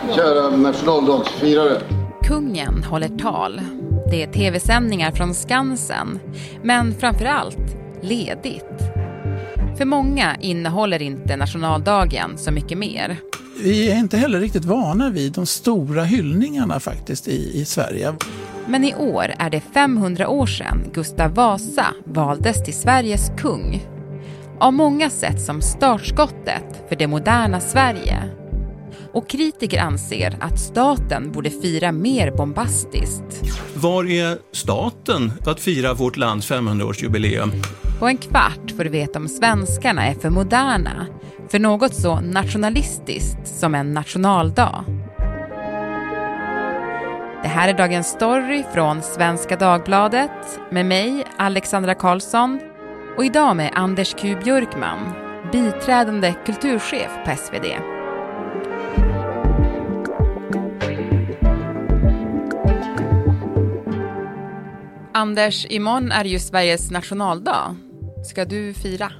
Kära nationaldagsfirare. Kungen håller tal. Det är tv-sändningar från Skansen, men framförallt ledigt. För många innehåller inte nationaldagen så mycket mer. Vi är inte heller riktigt vana vid de stora hyllningarna faktiskt i Sverige. Men i år är det 500 år sedan Gustav Vasa valdes till Sveriges kung. Av många sett som startskottet för det moderna Sverige. Och kritiker anser att staten borde fira mer bombastiskt. Var är staten för att fira vårt lands 500-årsjubileum? På en kvart får du veta om svenskarna är för moderna för något så nationalistiskt som en nationaldag. Det här är dagens story från Svenska Dagbladet med mig, Alexandra Karlsson, och idag med Anders Q. Björkman, biträdande kulturchef på SvD. Anders, imorgon är ju Sveriges nationaldag. Ska du fira?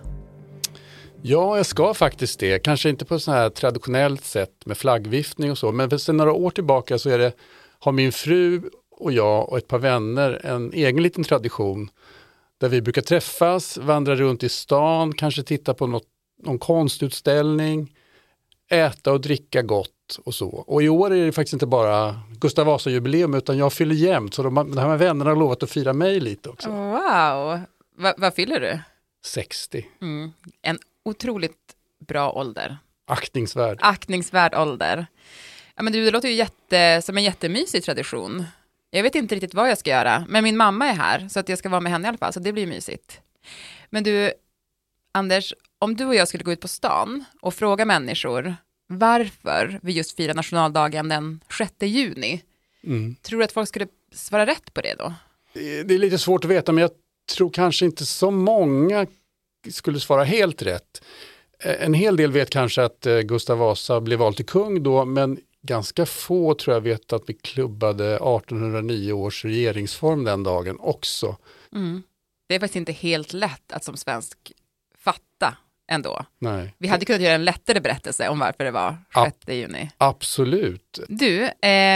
Ja, jag ska faktiskt det. Kanske inte på så här traditionellt sätt med flaggviftning och så. Men sedan några år tillbaka så har min fru och jag och ett par vänner en egen liten tradition. Där vi brukar träffas, vandra runt i stan, kanske titta på någon konstutställning, äta och dricka gott och så. Och i år är det faktiskt inte bara Gustav Vasa-jubileum utan jag fyller jämnt. Så de här vännerna har lovat att fira mig lite också. Wow! Vad fyller du? 60. En otroligt bra ålder. Aktningsvärd ålder. Ja, men det låter ju som en jättemysig tradition. Jag vet inte riktigt vad jag ska göra. Men min mamma är här så att jag ska vara med henne i alla fall. Så det blir mysigt. Men du, Anders, om du och jag skulle gå ut på stan och fråga människor varför vi just firar nationaldagen den 6 juni. Tror du att folk skulle svara rätt på det då? Det är lite svårt att veta, men jag tror kanske inte så många skulle svara helt rätt. En hel del vet kanske att Gustav Vasa blev vald till kung då, men ganska få tror jag vet att vi klubbade 1809 års regeringsform den dagen också. Det är faktiskt inte helt lätt att som svensk fatta ändå. Nej. Vi hade kunnat göra en lättare berättelse om varför det var 6 juni. Absolut. Du,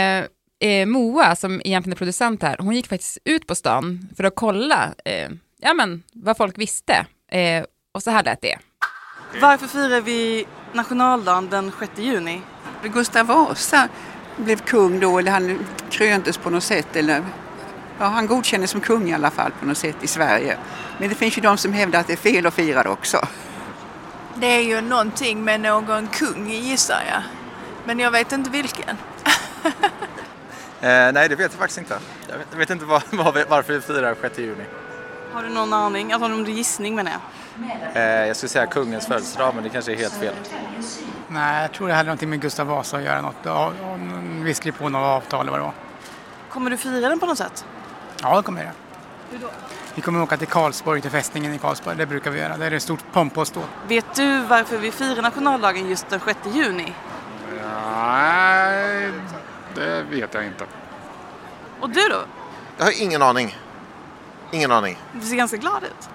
Moa som egentligen är producent här, hon gick faktiskt ut på stan för att kolla vad folk visste. Och så här lät det. Varför firar vi nationaldagen den 6 juni? Gustav Vasa blev kung då, eller han kröntes på något sätt, eller ja, han godkändes som kung i alla fall på något sätt i Sverige. Men det finns ju de som hävdar att det är fel att fira det också. Det är ju någonting med någon kung, gissar jag. Men jag vet inte vilken. Nej, det vet jag faktiskt inte. Jag vet inte varför vi firar 6 juni. Har du någon aning? Alltså någon gissning menar jag? Jag skulle säga kungens födelsedag, men det kanske är helt fel. Nej, jag tror det hade någonting med Gustav Vasa att göra. Vi skrev på något avtal eller vad det var. Kommer du fira den på något sätt? Ja, det kommer jag. Hur då? Vi kommer åka till Karlsborg, till fästningen i Karlsborg. Det brukar vi göra. Det är ett stort pompost då. Vet du varför vi firar nationaldagen just den 6 juni? Nej, det vet jag inte. Och du då? Jag har ingen aning. Ingen aning. Du ser ganska glad ut.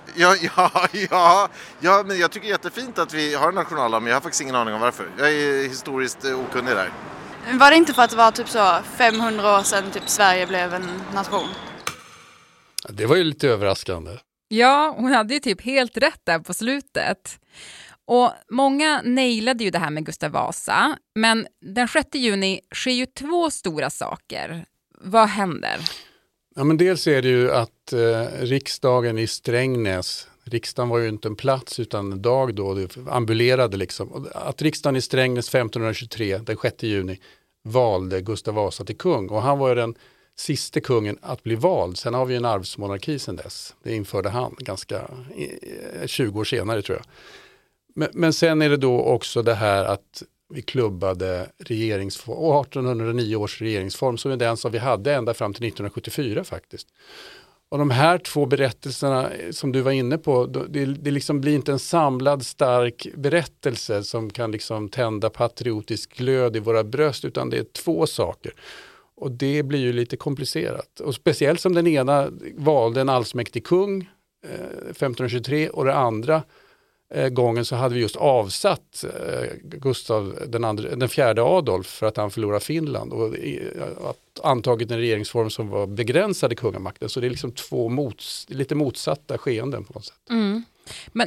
Ja, men jag tycker det är jättefint att vi har en nationaldag, men jag har faktiskt ingen aning om varför. Jag är historiskt okunnig där. Var det inte för att det var typ så 500 år sedan typ Sverige blev en nation? Det var ju lite överraskande. Ja, hon hade ju typ helt rätt där på slutet. Och många nailade ju det här med Gustav Vasa. Men den 6 juni sker ju 2 stora saker. Vad händer? Ja, men dels är det ju att riksdagen i Strängnäs, riksdagen var ju inte en plats utan en dag då, det ambulerade liksom. Att riksdagen i Strängnäs 1523, den 6 juni, valde Gustav Vasa till kung. Och han var ju den sista kungen att bli vald. Sen har vi en arvsmonarki sedan dess. Det införde han ganska 20 år senare tror jag. Men sen är det då också det här att vi klubbade 1809 års regeringsform som är den som vi hade ända fram till 1974 faktiskt. Och de här 2 berättelserna som du var inne på, det liksom blir inte en samlad stark berättelse som kan liksom tända patriotisk glöd i våra bröst, utan det är 2 saker. Och det blir ju lite komplicerat. Och speciellt som den ena valde en allsmäktig kung 1523 och det andra gången så hade vi just avsatt Gustav den fjärde Adolf för att han förlorade Finland och antagit en regeringsform som var begränsade kungamakten. Så det är liksom lite motsatta skeenden på något sätt. Mm. Men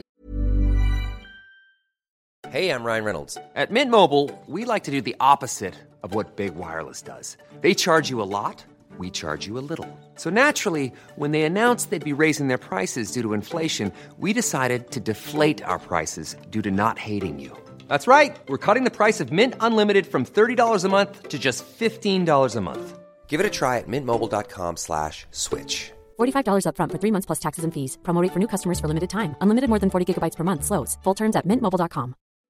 Hey, I'm Ryan Reynolds. At Mint Mobile, we like to do the opposite of what Big Wireless does. They charge you a lot, we charge you a little. So naturally, when they announced they'd be raising their prices due to inflation, we decided to deflate our prices due to not hating you. That's right. We're cutting the price of Mint Unlimited from $30 a month to just $15 a month. Give it a try at mintmobile.com/switch. $45 up front for 3 months plus taxes and fees. Promo rate for new customers for limited time. Unlimited more than 40 gigabytes per month. Slows full terms at mintmobile.com.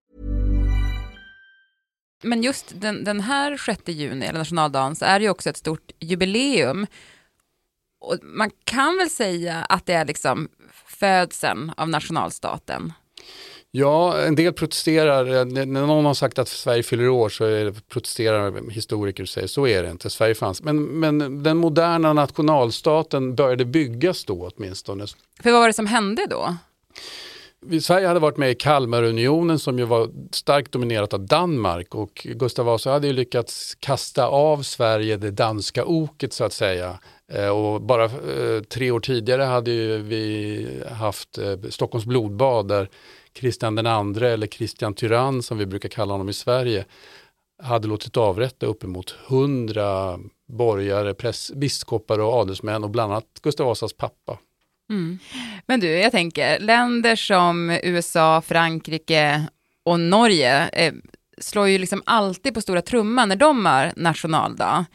Men just den här 6 juni, eller nationaldagen, så är det ju också ett stort jubileum. Och man kan väl säga att det är liksom födseln av nationalstaten. Ja, en del protesterar. När någon har sagt att Sverige fyller år så protesterar historiker och säger så är det inte. Sverige fanns. Men den moderna nationalstaten började byggas då åtminstone. För vad var det som hände då? Sverige hade varit med i Kalmarunionen som ju var starkt dominerat av Danmark och Gustav Vasa hade ju lyckats kasta av Sverige det danska oket så att säga. Och bara 3 år tidigare hade ju vi haft Stockholms blodbad där Kristian den andre eller Kristian Tyrann som vi brukar kalla honom i Sverige hade låtit avrätta uppemot 100 borgare, biskopar och adelsmän och bland annat Gustav Vasas pappa. Mm. Men du, jag tänker, länder som USA, Frankrike och Norge slår ju liksom alltid på stora trumman när de har nationaldag.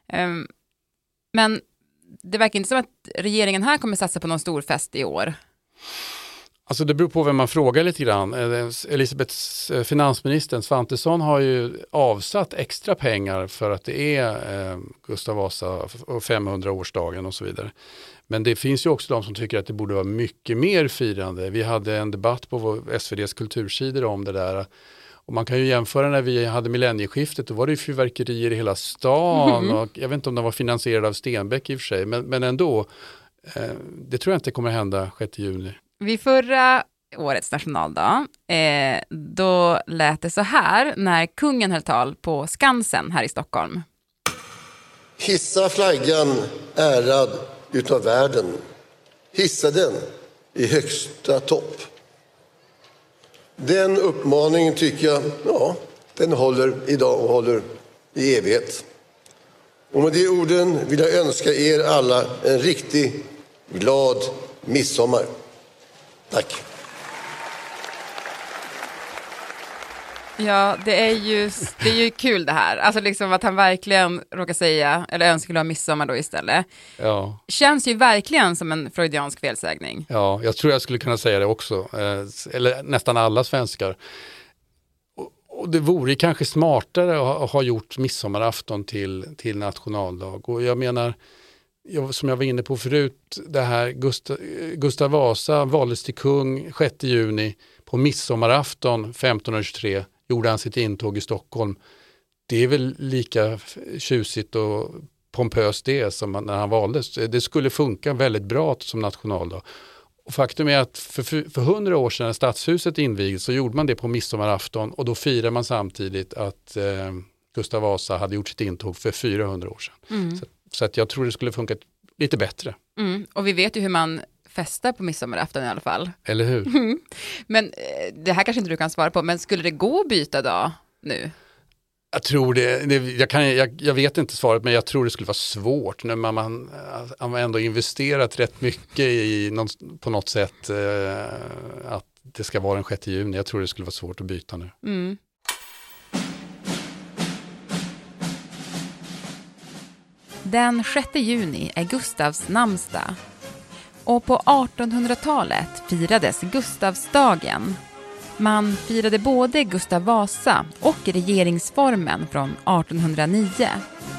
Men det verkar inte som att regeringen här kommer satsa på någon stor fest i år. Alltså det beror på vem man frågar lite grann. Elisabeths finansministern Svantesson har ju avsatt extra pengar för att det är Gustav Vasa och 500-årsdagen och så vidare. Men det finns ju också de som tycker att det borde vara mycket mer firande. Vi hade en debatt på SVDs kultursidor om det där. Och man kan ju jämföra när vi hade millennieskiftet, då var det ju fyrverkerier i hela stan. Och jag vet inte om de var finansierade av Stenbeck i och för sig. Men ändå, det tror jag inte kommer hända 6 juni. Vid förra årets nationaldag, då lät det så här när kungen höll tal på Skansen här i Stockholm. Hissa flaggan ärad utav världen. Hissa den i högsta topp. Den uppmaningen tycker jag, den håller idag och håller i evighet. Och med de orden vill jag önska er alla en riktigt glad midsommar. Tack. Ja, det är ju kul det här. Alltså liksom att han verkligen råkar säga, eller önskar ha midsommar då istället. Ja. Känns ju verkligen som en freudiansk felsägning. Ja, jag tror jag skulle kunna säga det också. Eller nästan alla svenskar. Och det vore kanske smartare att ha gjort midsommarafton till nationaldag. Och jag menar, som jag var inne på förut, det här Gustav Vasa valdes till kung 6 juni. På midsommarafton 1523 gjorde han sitt intåg i Stockholm. Det är väl lika tjusigt och pompöst det som när han valdes. Det skulle funka väldigt bra som nationaldag. Och faktum är att för 100 år sedan när stadshuset invigdes så gjorde man det på midsommarafton och då firar man samtidigt att Gustav Vasa hade gjort sitt intåg för 400 år sedan. Mm. Så att jag tror det skulle funka lite bättre. Mm. Och vi vet ju hur man festar på midsommarafton i alla fall. Eller hur? Men det här kanske inte du kan svara på, men skulle det gå att byta dag nu? Jag tror jag vet inte svaret, men jag tror det skulle vara svårt när man ändå investerat rätt mycket i på något sätt att det ska vara den 6 juni. Jag tror det skulle vara svårt att byta nu. Mm. Den 6 juni är Gustavs namnsdag. Och på 1800-talet firades Gustavsdagen. Man firade både Gustav Vasa och regeringsformen från 1809.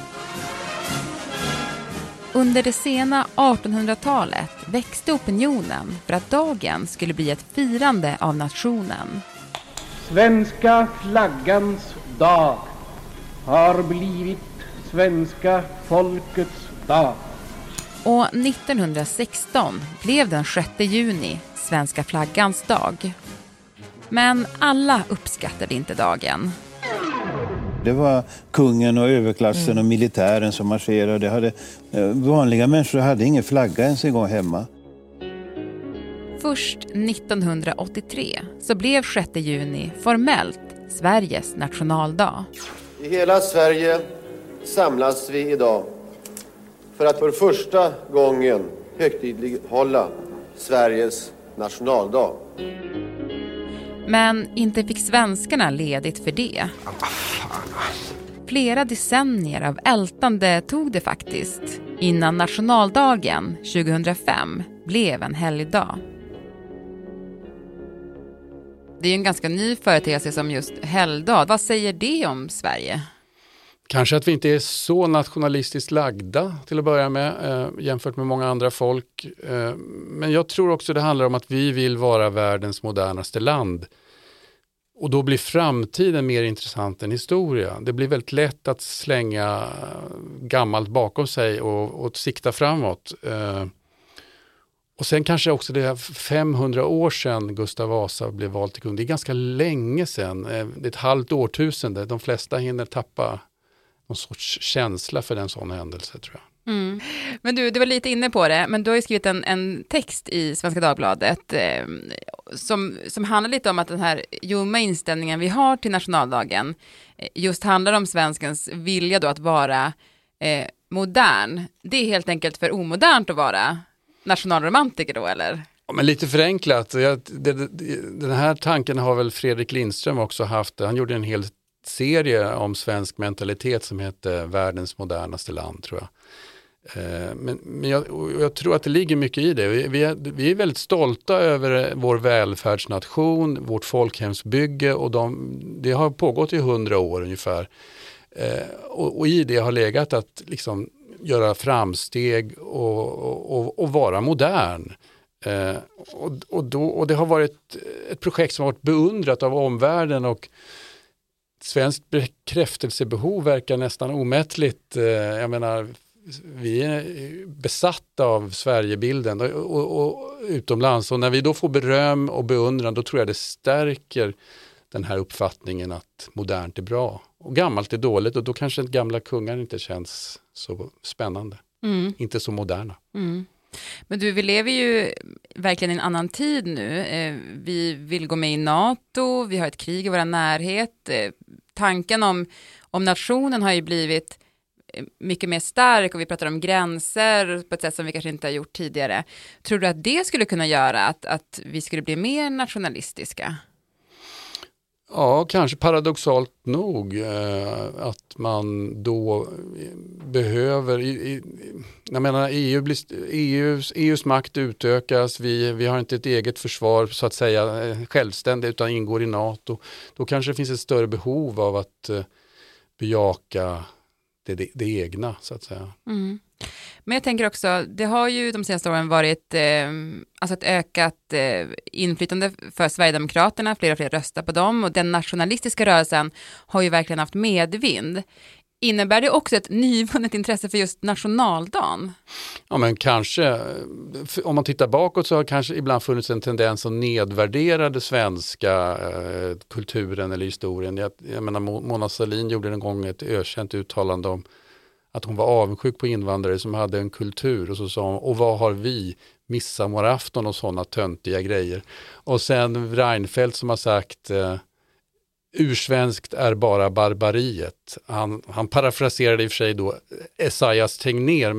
Under det sena 1800-talet växte opinionen för att dagen skulle bli ett firande av nationen. Svenska flaggans dag har blivit svenska folkets dag. Och 1916 blev den 6 juni svenska flaggans dag. Men alla uppskattade inte dagen. Det var kungen och överklassen och militären som marscherade. Vanliga människor hade ingen flagga ens en gång hemma. Först 1983 så blev 6 juni formellt Sveriges nationaldag. I hela Sverige samlas vi idag för att för första gången högtidlighålla Sveriges nationaldag. Men inte fick svenskarna ledigt för det. Flera decennier av ältande tog det faktiskt innan nationaldagen 2005 blev en helgdag. Det är ju en ganska ny företeelse som just helgdag. Vad säger det om Sverige? Kanske att vi inte är så nationalistiskt lagda till att börja med jämfört med många andra folk. Men jag tror också det handlar om att vi vill vara världens modernaste land. Och då blir framtiden mer intressant än historia. Det blir väldigt lätt att slänga gammalt bakom sig och sikta framåt. Och sen kanske också det här 500 år sedan Gustav Vasa blev vald till kung. Det är ganska länge sedan. Det är ett halvt årtusende. De flesta hinner tappa någon sorts känsla för den sån händelse, tror jag. Mm. Men du var lite inne på det, men du har ju skrivit en text i Svenska Dagbladet som handlar lite om att den här ljumma inställningen vi har till nationaldagen just handlar om svenskens vilja då att vara modern. Det är helt enkelt för omodernt att vara nationalromantiker då, eller? Ja, men lite förenklat. Den här tanken har väl Fredrik Lindström också haft. Han gjorde en hel serie om svensk mentalitet som heter Världens modernaste land, tror jag. Men jag tror att det ligger mycket i det. Vi är väldigt stolta över vår välfärdsnation, vårt folkhemsbygge, och det har pågått i 100 år ungefär. Och i det har legat att liksom göra framsteg och vara modern. Och det har varit ett projekt som har varit beundrat av omvärlden, och svenskt bekräftelsebehov verkar nästan omättligt. Jag menar, vi är besatta av Sverigebilden och utomlands, och när vi då får beröm och beundran, då tror jag det stärker den här uppfattningen att modernt är bra och gammalt är dåligt, och då kanske gamla kungar inte känns så spännande, inte så moderna. Men vi lever ju verkligen i en annan tid nu. Vi vill gå med i NATO, vi har ett krig i vår närhet. Tanken om nationen har ju blivit mycket mer stark, och vi pratar om gränser på ett sätt som vi kanske inte har gjort tidigare. Tror du att det skulle kunna göra att vi skulle bli mer nationalistiska? Ja, kanske paradoxalt nog att man då behöver, jag menar EUs makt utökas, vi har inte ett eget försvar så att säga självständigt utan ingår i NATO. Då kanske det finns ett större behov av att bejaka det egna, så att säga. Mm. Men jag tänker också, det har ju de senaste åren varit alltså ett ökat inflytande för Sverigedemokraterna, fler och fler röstar på dem, och den nationalistiska rörelsen har ju verkligen haft medvind. Innebär det också ett nyvunnet intresse för just nationaldagen? Ja, men kanske. Om man tittar bakåt så har kanske ibland funnits en tendens att nedvärdera det svenska kulturen eller historien. Jag menar, Mona Sahlin gjorde en gång ett ökänt uttalande om att hon var avundsjuk på invandrare som hade en kultur, och så sa hon, och vad har vi? Midsommarafton och sådana töntiga grejer. Och sen Reinfeldt som har sagt ursvenskt är bara barbariet. Han parafraserade i och för sig då Esaias Tegnér,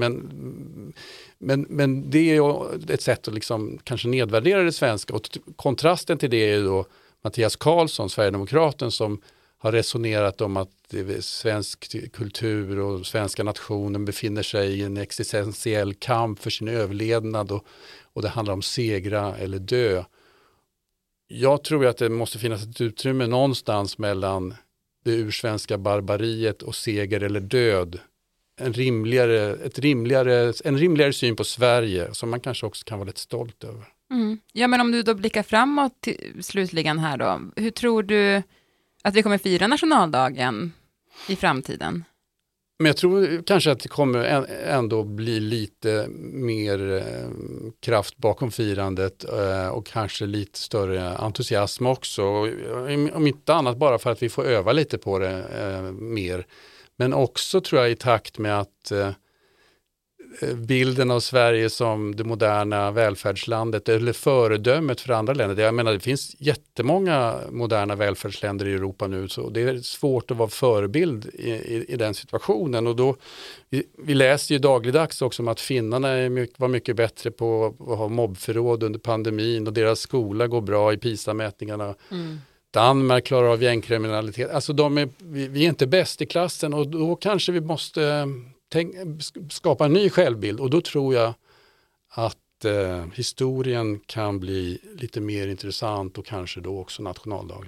men det är ju ett sätt att liksom kanske nedvärdera det svenska, och kontrasten till det är ju då Mattias Karlsson, Sverigedemokraten, som har resonerat om att svensk kultur och svenska nationen befinner sig i en existentiell kamp för sin överlevnad, och det handlar om segra eller dö. Jag tror att det måste finnas ett utrymme någonstans mellan det ursvenska barbariet och seger eller död. En rimligare syn på Sverige som man kanske också kan vara lite stolt över. Mm. Ja, men om du då blickar framåt slutligen här då, hur tror du att vi kommer fira nationaldagen i framtiden? Men jag tror kanske att det kommer ändå bli lite mer kraft bakom firandet och kanske lite större entusiasm också. Om inte annat bara för att vi får öva lite på det mer. Men också tror jag i takt med att bilden av Sverige som det moderna välfärdslandet eller föredömet för andra länder. Jag menar, det finns jättemånga moderna välfärdsländer i Europa nu, så det är svårt att vara förebild i den situationen. Och då, vi läser ju dagligdags också om att finnarna var mycket bättre på att ha mobbförråd under pandemin och deras skola går bra i PISA-mätningarna. Danmark klarar av gängkriminalitet. Alltså vi är inte bäst i klassen, och då kanske vi måste skapa en ny självbild, och då tror jag att historien kan bli lite mer intressant och kanske då också nationaldagen.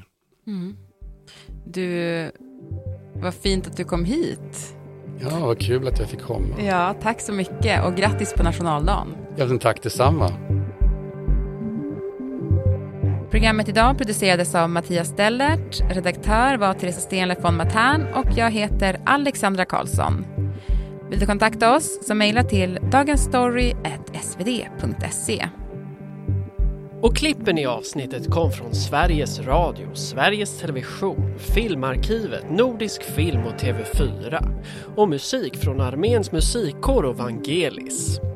Du, vad fint att du kom hit. Ja, vad kul att jag fick komma. Ja, tack så mycket och grattis på nationaldagen. Ja, men tack detsamma. Programmet idag producerades av Mattias Stellert, redaktör var Teresa Stenle von Matern och jag heter Alexandra Karlsson. Vill du kontakta oss så mejla till dagensstory@svd.se. Och klippen i avsnittet kom från Sveriges Radio, Sveriges Television, Filmarkivet, Nordisk Film och TV4 och musik från Arméns musikkår och Vangelis.